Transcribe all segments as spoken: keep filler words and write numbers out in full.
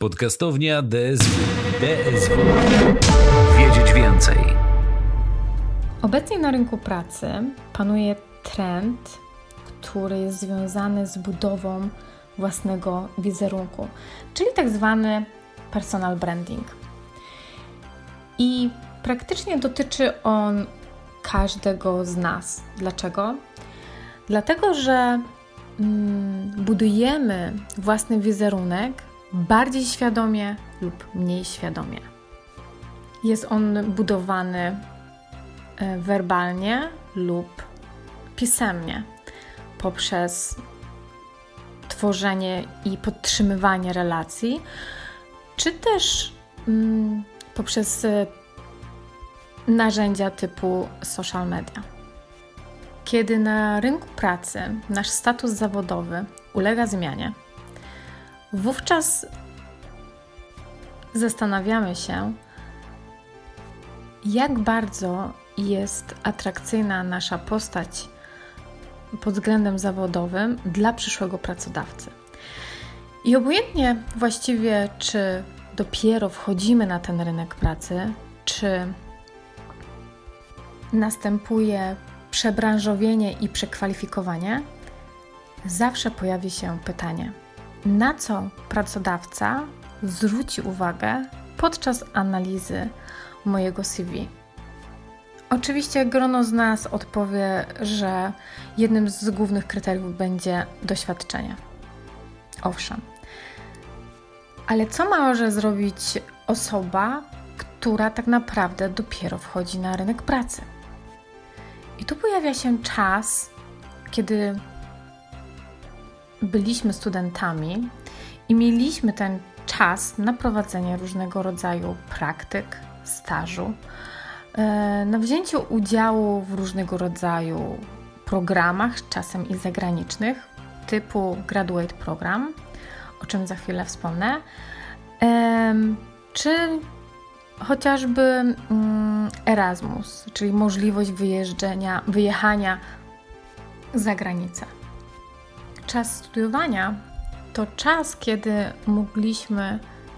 Podcastownia D S W. D S W. Wiedzieć więcej. Obecnie na rynku pracy panuje trend, który jest związany z budową własnego wizerunku, czyli tak zwany personal branding. I praktycznie dotyczy on każdego z nas. Dlaczego? Dlatego, że mm, budujemy własny wizerunek bardziej świadomie lub mniej świadomie. Jest on budowany werbalnie lub pisemnie poprzez tworzenie i podtrzymywanie relacji, czy też mm, poprzez narzędzia typu social media. Kiedy na rynku pracy nasz status zawodowy ulega zmianie, wówczas zastanawiamy się, jak bardzo jest atrakcyjna nasza postać pod względem zawodowym dla przyszłego pracodawcy. I obojętnie właściwie, czy dopiero wchodzimy na ten rynek pracy, czy następuje przebranżowienie i przekwalifikowanie, zawsze pojawi się pytanie, na co pracodawca zwróci uwagę podczas analizy mojego C V. Oczywiście grono z nas odpowie, że jednym z głównych kryteriów będzie doświadczenie. Owszem. Ale co może zrobić osoba, która tak naprawdę dopiero wchodzi na rynek pracy? I tu pojawia się czas, kiedy byliśmy studentami i mieliśmy ten czas na prowadzenie różnego rodzaju praktyk, stażu, na wzięciu udziału w różnego rodzaju programach, czasem i zagranicznych, typu Graduate Program, o czym za chwilę wspomnę, czy chociażby Erasmus, czyli możliwość wyjeżdżenia, wyjechania za granicę. Czas studiowania to czas, kiedy mogliśmy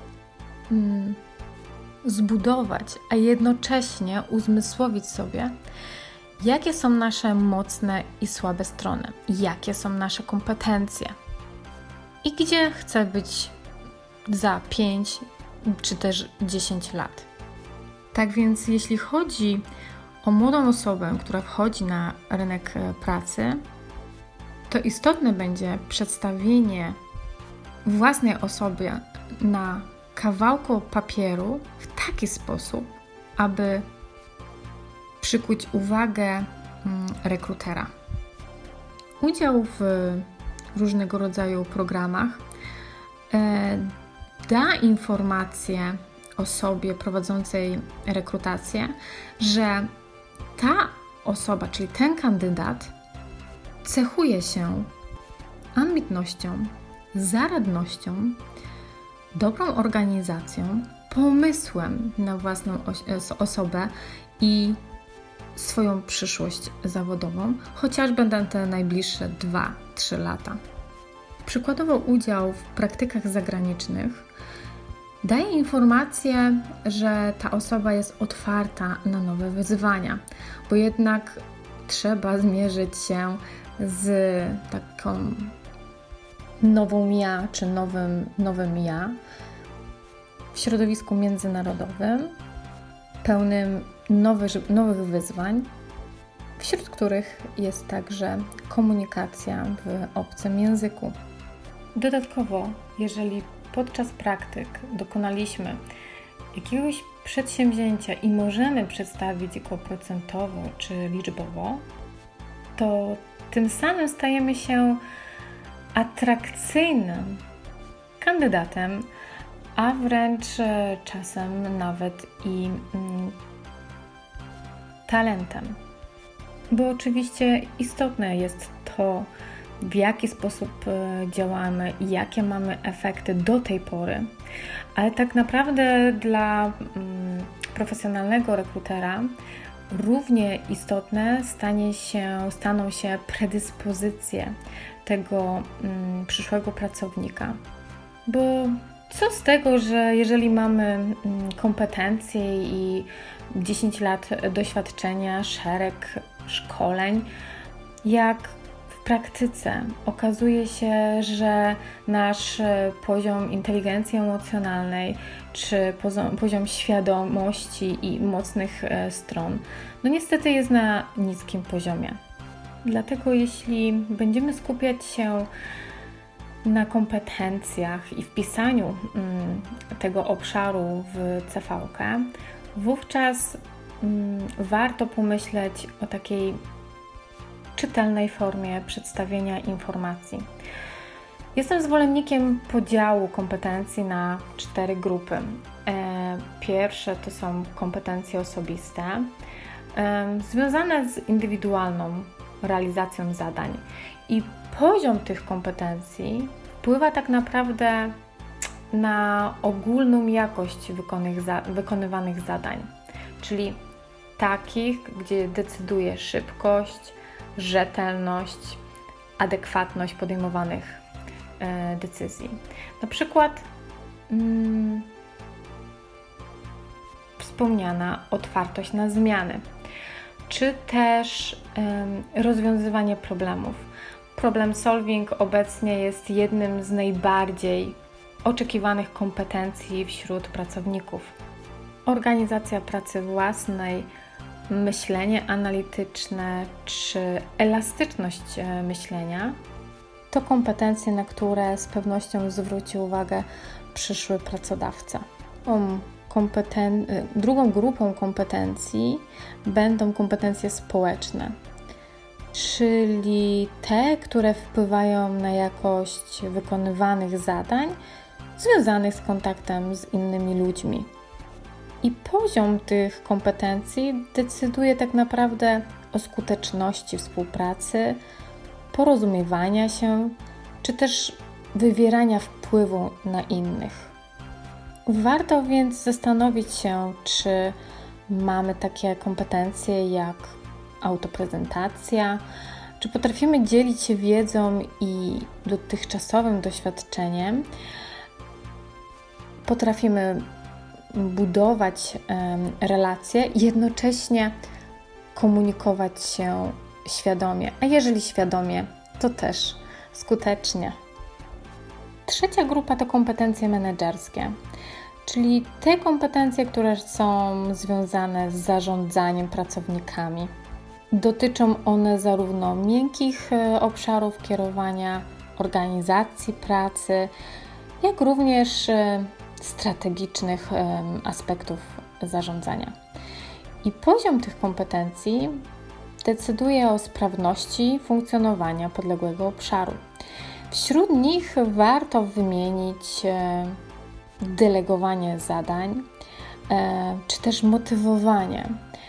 mm, zbudować, a jednocześnie uzmysłowić sobie, jakie są nasze mocne i słabe strony, jakie są nasze kompetencje i gdzie chcę być za pięć czy też dziesięć lat. Tak więc jeśli chodzi o młodą osobę, która wchodzi na rynek pracy, to istotne będzie przedstawienie własnej osoby na kawałku papieru w taki sposób, aby przykuć uwagę rekrutera. Udział w różnego rodzaju programach e, da informację osobie prowadzącej rekrutację, że ta osoba, czyli ten kandydat, cechuje się ambitnością, zaradnością, dobrą organizacją, pomysłem na własną os- osobę i swoją przyszłość zawodową, chociażby na te najbliższe dwa trzy lata. Przykładowo udział w praktykach zagranicznych daje informację, że ta osoba jest otwarta na nowe wyzwania, bo jednak trzeba zmierzyć się z taką nową ja, czy nowym, nowym ja w środowisku międzynarodowym, pełnym nowych, nowych wyzwań, wśród których jest także komunikacja w obcym języku. Dodatkowo, jeżeli podczas praktyk dokonaliśmy jakiegoś przedsięwzięcia i możemy przedstawić go procentowo czy liczbowo, to tym samym stajemy się atrakcyjnym kandydatem, a wręcz czasem nawet i mm, talentem. Bo oczywiście istotne jest to, w jaki sposób działamy i jakie mamy efekty do tej pory, ale tak naprawdę dla mm, profesjonalnego rekrutera równie istotne stanie się, staną się predyspozycje tego mm, przyszłego pracownika. Bo Co z tego, że jeżeli mamy kompetencje i dziesięć lat doświadczenia, szereg szkoleń, jak w praktyce okazuje się, że nasz poziom inteligencji emocjonalnej czy poziom świadomości i mocnych stron, no niestety jest na niskim poziomie. Dlatego jeśli będziemy skupiać się na kompetencjach i wpisaniu mm, tego obszaru w C V K, wówczas mm, warto pomyśleć o takiej czytelnej formie przedstawienia informacji. Jestem zwolennikiem podziału kompetencji na cztery grupy. E, pierwsze to są kompetencje osobiste, e, związane z indywidualną realizacją zadań. I poziom tych kompetencji wpływa tak naprawdę na ogólną jakość wykonywanych zadań, czyli takich, gdzie decyduje szybkość, rzetelność, adekwatność podejmowanych e, decyzji. Na przykład mm, wspomniana otwartość na zmiany, czy też e, rozwiązywanie problemów. Problem solving obecnie jest jednym z najbardziej oczekiwanych kompetencji wśród pracowników. Organizacja pracy własnej, myślenie analityczne czy elastyczność myślenia to kompetencje, na które z pewnością zwróci uwagę przyszły pracodawca. Kompeten... Drugą grupą kompetencji będą kompetencje społeczne, czyli te, które wpływają na jakość wykonywanych zadań związanych z kontaktem z innymi ludźmi. I poziom tych kompetencji decyduje tak naprawdę o skuteczności współpracy, porozumiewania się, czy też wywierania wpływu na innych. Warto więc zastanowić się, czy mamy takie kompetencje jak autoprezentacja, czy potrafimy dzielić się wiedzą i dotychczasowym doświadczeniem, potrafimy budować um, relacje i jednocześnie komunikować się świadomie, a jeżeli świadomie, to też skutecznie. Trzecia grupa to kompetencje menedżerskie, czyli te kompetencje, które są związane z zarządzaniem pracownikami. Dotyczą one zarówno miękkich obszarów kierowania, organizacji pracy, jak również strategicznych aspektów zarządzania. I poziom tych kompetencji decyduje o sprawności funkcjonowania podległego obszaru. Wśród nich warto wymienić delegowanie zadań, czy też motywowanie,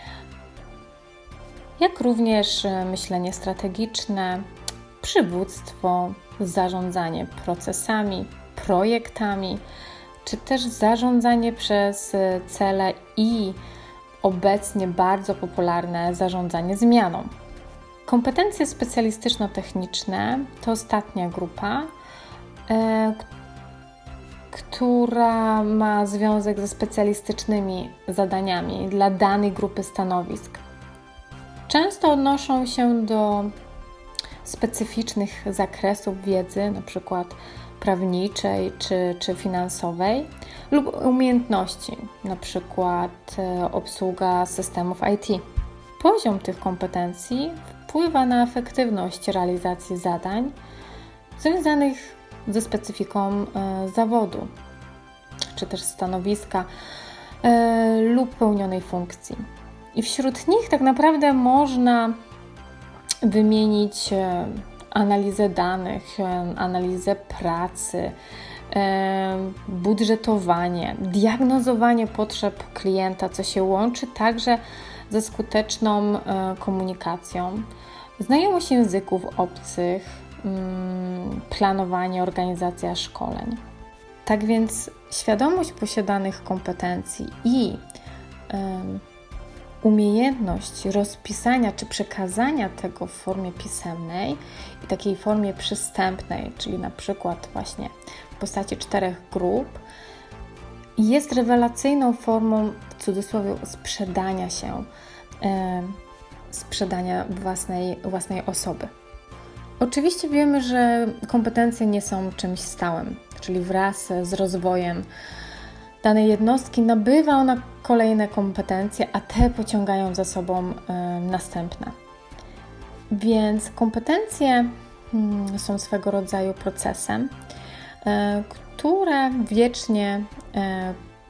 jak również myślenie strategiczne, przywództwo, zarządzanie procesami, projektami, czy też zarządzanie przez cele i obecnie bardzo popularne zarządzanie zmianą. Kompetencje specjalistyczno-techniczne to ostatnia grupa, e, która ma związek ze specjalistycznymi zadaniami dla danej grupy stanowisk. Często odnoszą się do specyficznych zakresów wiedzy, np. prawniczej czy, czy finansowej, lub umiejętności, np. obsługa systemów I T. Poziom tych kompetencji wpływa na efektywność realizacji zadań związanych ze specyfiką e, zawodu, czy też stanowiska e, lub pełnionej funkcji. I wśród nich tak naprawdę można wymienić e, analizę danych, e, analizę pracy, e, budżetowanie, diagnozowanie potrzeb klienta, co się łączy także ze skuteczną e, komunikacją, znajomość języków obcych, mm, planowanie, organizacja szkoleń. Tak więc świadomość posiadanych kompetencji i e, umiejętność rozpisania czy przekazania tego w formie pisemnej i takiej formie przystępnej, czyli na przykład właśnie w postaci czterech grup, jest rewelacyjną formą, w cudzysłowie, sprzedania się, e, sprzedania własnej, własnej osoby. Oczywiście wiemy, że kompetencje nie są czymś stałym, czyli wraz z rozwojem danej jednostki nabywa ona kolejne kompetencje, a te pociągają za sobą e, następne. Więc kompetencje hmm, są swego rodzaju procesem, e, które wiecznie e,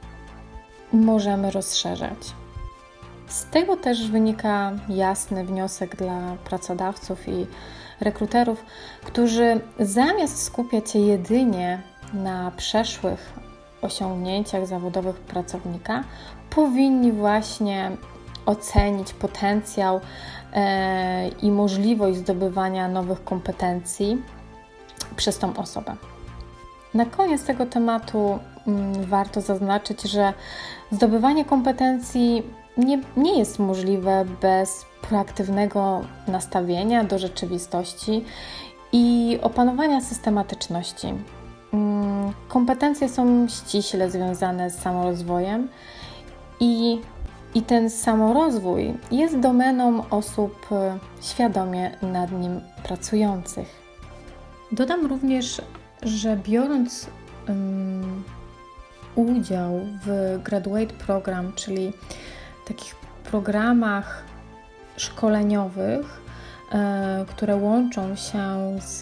możemy rozszerzać. Z tego też wynika jasny wniosek dla pracodawców i rekruterów, którzy zamiast skupiać się jedynie na przeszłych osiągnięciach zawodowych pracownika, powinni właśnie ocenić potencjał e, i możliwość zdobywania nowych kompetencji przez tą osobę. Na koniec tego tematu mm, warto zaznaczyć, że zdobywanie kompetencji nie, nie jest możliwe bez proaktywnego nastawienia do rzeczywistości i opanowania systematyczności. Kompetencje są ściśle związane z samorozwojem i, i ten samorozwój jest domeną osób świadomie nad nim pracujących. Dodam również, że biorąc um, udział w Graduate Program, czyli takich programach szkoleniowych, e, które łączą się z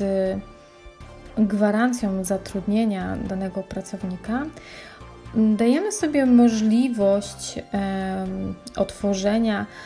gwarancją zatrudnienia danego pracownika, dajemy sobie możliwość e, otworzenia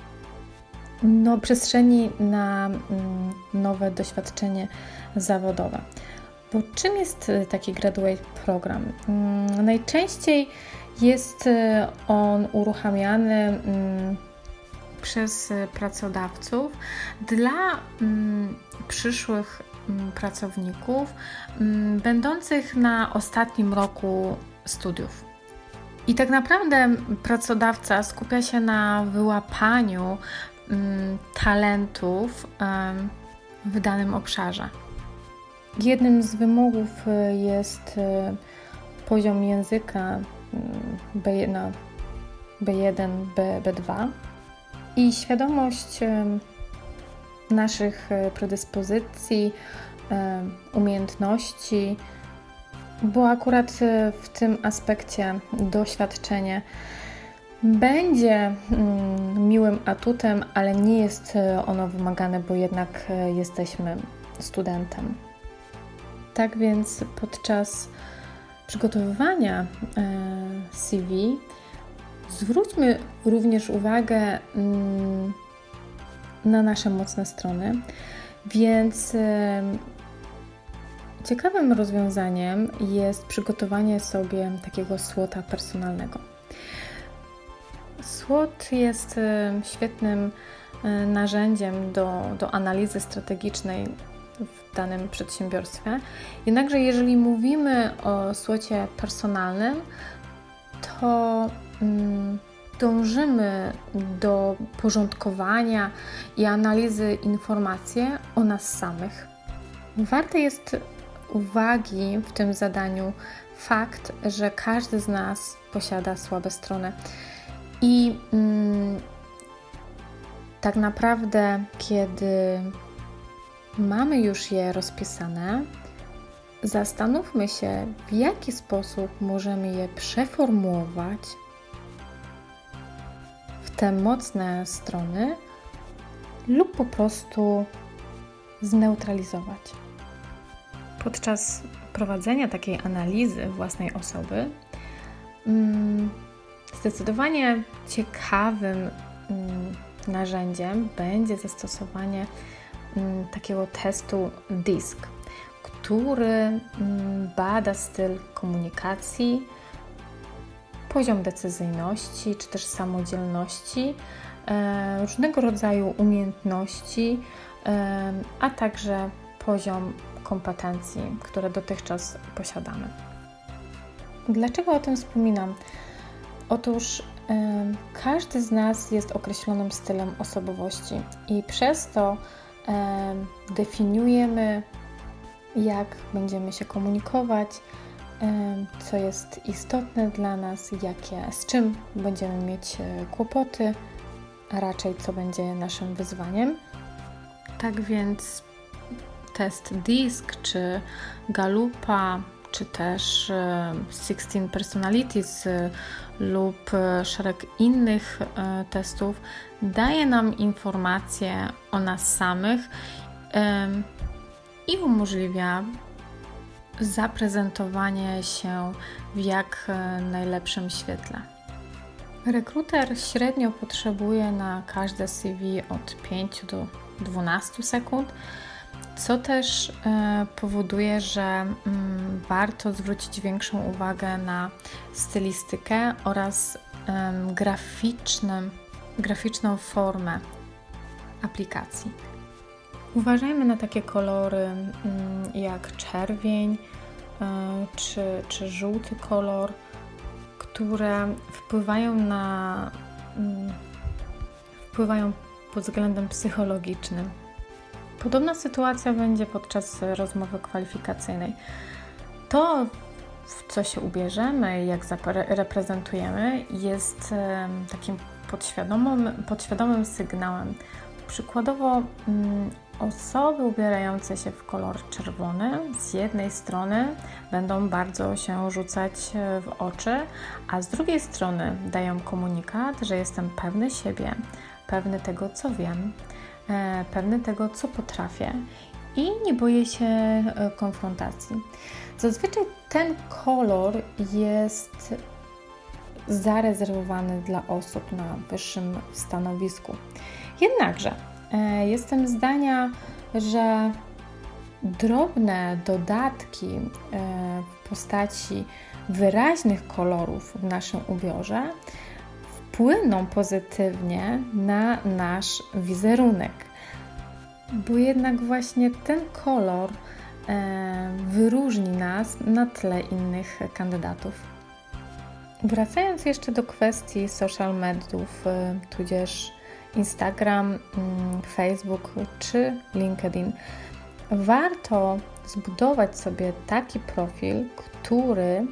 no, przestrzeni na m, nowe doświadczenie zawodowe. Bo czym jest taki Graduate Program? Hmm, najczęściej jest on uruchamiany hmm, przez pracodawców dla hmm, przyszłych pracowników będących na ostatnim roku studiów. I tak naprawdę pracodawca skupia się na wyłapaniu um, talentów um, w danym obszarze. Jednym z wymogów jest poziom języka B jeden, B jeden, B dwa i świadomość naszych predyspozycji, umiejętności, bo akurat w tym aspekcie doświadczenie będzie miłym atutem, ale nie jest ono wymagane, bo jednak jesteśmy studentem. Tak więc podczas przygotowywania C V zwróćmy również uwagę na nasze mocne strony, więc ciekawym rozwiązaniem jest przygotowanie sobie takiego słota personalnego. Słot jest świetnym narzędziem do, do analizy strategicznej w danym przedsiębiorstwie. Jednakże jeżeli mówimy o słocie personalnym, to mm, dążymy do porządkowania i analizy informacji o nas samych. Warte jest uwagi w tym zadaniu fakt, że każdy z nas posiada słabe strony i mm, tak naprawdę, kiedy mamy już je rozpisane, zastanówmy się, w jaki sposób możemy je przeformułować w te mocne strony lub po prostu zneutralizować. Podczas prowadzenia takiej analizy własnej osoby zdecydowanie ciekawym narzędziem będzie zastosowanie takiego testu D I S C, który bada styl komunikacji, poziom decyzyjności czy też samodzielności, różnego rodzaju umiejętności, a także poziom kompetencji, które dotychczas posiadamy. Dlaczego o tym wspominam? Otóż każdy z nas jest określonym stylem osobowości i przez to definiujemy, jak będziemy się komunikować, co jest istotne dla nas, jakie, z czym będziemy mieć kłopoty, a raczej co będzie naszym wyzwaniem. Tak więc test D I S C, czy Gallupa, czy też sixteen Personalities lub szereg innych testów daje nam informacje o nas samych i umożliwia zaprezentowanie się w jak najlepszym świetle. Rekruter średnio potrzebuje na każde C V od pięć do dwunastu sekund, co też powoduje, że warto zwrócić większą uwagę na stylistykę oraz graficzną, graficzną formę aplikacji. Uważajmy na takie kolory jak czerwień czy, czy żółty kolor, które wpływają na wpływają pod względem psychologicznym. Podobna sytuacja będzie podczas rozmowy kwalifikacyjnej. To, w co się ubierzemy, jak zareprezentujemy, jest takim podświadomym, podświadomym sygnałem. Przykładowo osoby ubierające się w kolor czerwony z jednej strony będą bardzo się rzucać w oczy, a z drugiej strony dają komunikat, że jestem pewny siebie, pewny tego, co wiem, pewny tego, co potrafię i nie boję się konfrontacji. Zazwyczaj ten kolor jest zarezerwowany dla osób na wyższym stanowisku. Jednakże e, jestem zdania, że drobne dodatki e, w postaci wyraźnych kolorów w naszym ubiorze wpłyną pozytywnie na nasz wizerunek, bo jednak właśnie ten kolor e, wyróżni nas na tle innych kandydatów. Wracając jeszcze do kwestii social mediów, e, tudzież Instagram, Facebook czy LinkedIn, warto zbudować sobie taki profil, który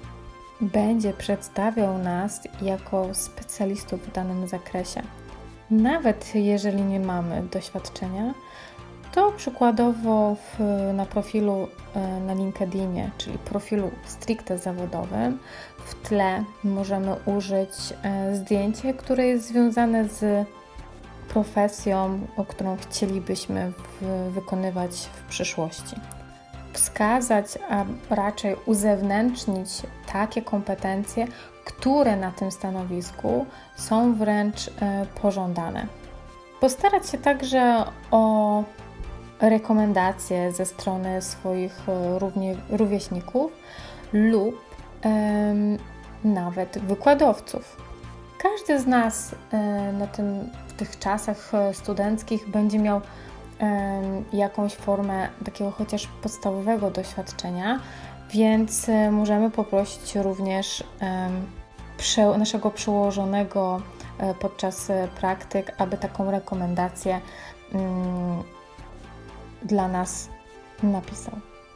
będzie przedstawiał nas jako specjalistów w danym zakresie. Nawet jeżeli nie mamy doświadczenia, to przykładowo w, na profilu na LinkedInie, czyli profilu stricte zawodowym, w tle możemy użyć zdjęcie, które jest związane z profesją, o którą chcielibyśmy w, wykonywać w przyszłości. Wskazać, a raczej uzewnętrznić takie kompetencje, które na tym stanowisku są wręcz e, pożądane. Postarać się także o rekomendacje ze strony swoich równie, rówieśników lub e, nawet wykładowców. Każdy z nas e, na tym, w tych czasach studenckich będzie miał e, jakąś formę takiego chociaż podstawowego doświadczenia, więc e, możemy poprosić również e, prze, naszego przełożonego e, podczas praktyk, aby taką rekomendację mm, dla nas napisał.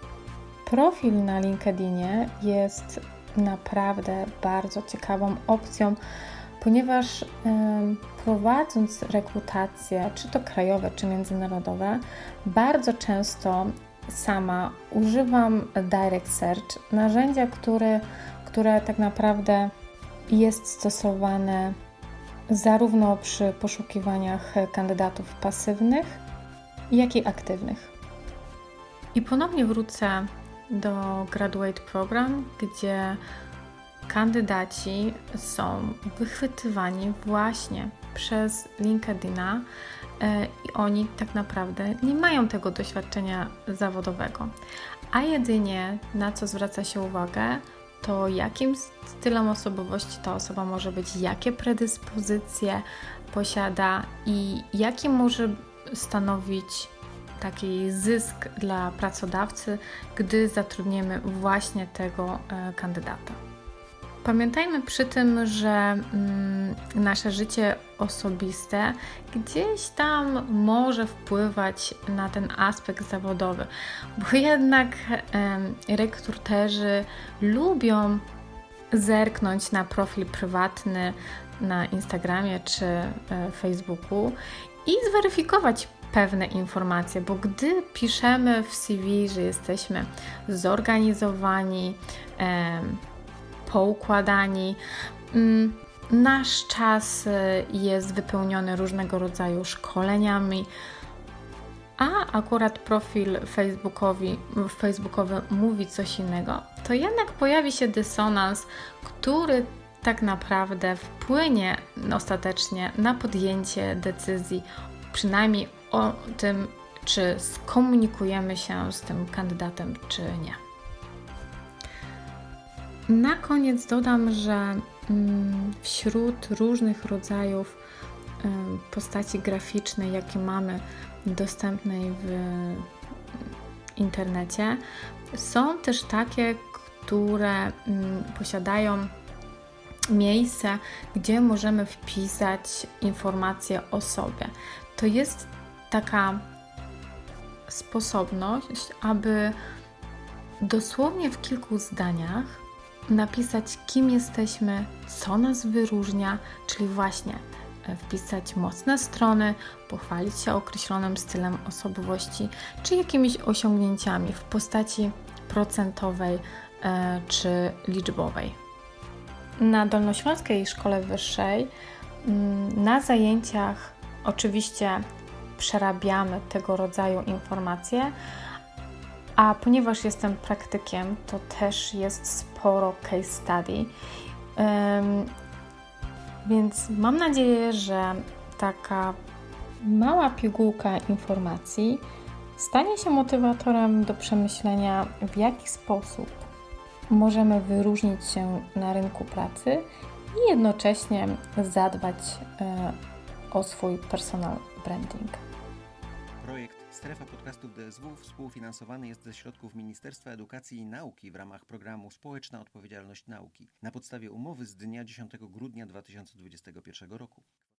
Profil na LinkedInie jest naprawdę bardzo ciekawą opcją, ponieważ y, prowadząc rekrutacje, czy to krajowe, czy międzynarodowe, bardzo często sama używam Direct Search, narzędzia, które, które tak naprawdę jest stosowane zarówno przy poszukiwaniach kandydatów pasywnych, jak i aktywnych. I ponownie wrócę do Graduate Program, gdzie kandydaci są wychwytywani właśnie przez LinkedIna i oni tak naprawdę nie mają tego doświadczenia zawodowego, a jedynie na co zwraca się uwagę, to jakim stylem osobowości ta osoba może być, jakie predyspozycje posiada i jaki może stanowić taki zysk dla pracodawcy, gdy zatrudnimy właśnie tego kandydata. Pamiętajmy przy tym, że mm, nasze życie osobiste gdzieś tam może wpływać na ten aspekt zawodowy, bo jednak em, rekruterzy lubią zerknąć na profil prywatny na Instagramie czy e, Facebooku i zweryfikować pewne informacje, bo gdy piszemy w C V, że jesteśmy zorganizowani, em, poukładani, mm, nasz czas e, jest wypełniony różnego rodzaju szkoleniami, a akurat profil Facebookowi, facebookowy mówi coś innego, to jednak pojawi się dysonans, który tak naprawdę wpłynie ostatecznie na podjęcie decyzji, przynajmniej o tym, czy skomunikujemy się z tym kandydatem, czy nie. Na koniec dodam, że mm, wśród różnych rodzajów ym, postaci graficznej, jakie mamy dostępnej w internecie, są też takie, które ym, posiadają miejsce, gdzie możemy wpisać informacje o sobie. To jest taka sposobność, aby dosłownie w kilku zdaniach napisać, kim jesteśmy, co nas wyróżnia, czyli właśnie wpisać mocne strony, pochwalić się określonym stylem osobowości, czy jakimiś osiągnięciami w postaci procentowej e, czy liczbowej. Na Dolnośląskiej Szkole Wyższej mm, na zajęciach oczywiście przerabiamy tego rodzaju informacje, a ponieważ jestem praktykiem, to też jest sporo case study. Ym, Więc mam nadzieję, że taka mała pigułka informacji stanie się motywatorem do przemyślenia, w jaki sposób możemy wyróżnić się na rynku pracy i jednocześnie zadbać e, o swój personal branding. Projekt Strefa Podcastów D S W współfinansowany jest ze środków Ministerstwa Edukacji i Nauki w ramach programu Społeczna Odpowiedzialność Nauki na podstawie umowy z dnia dziesiątego grudnia dwa tysiące dwudziestego pierwszego roku.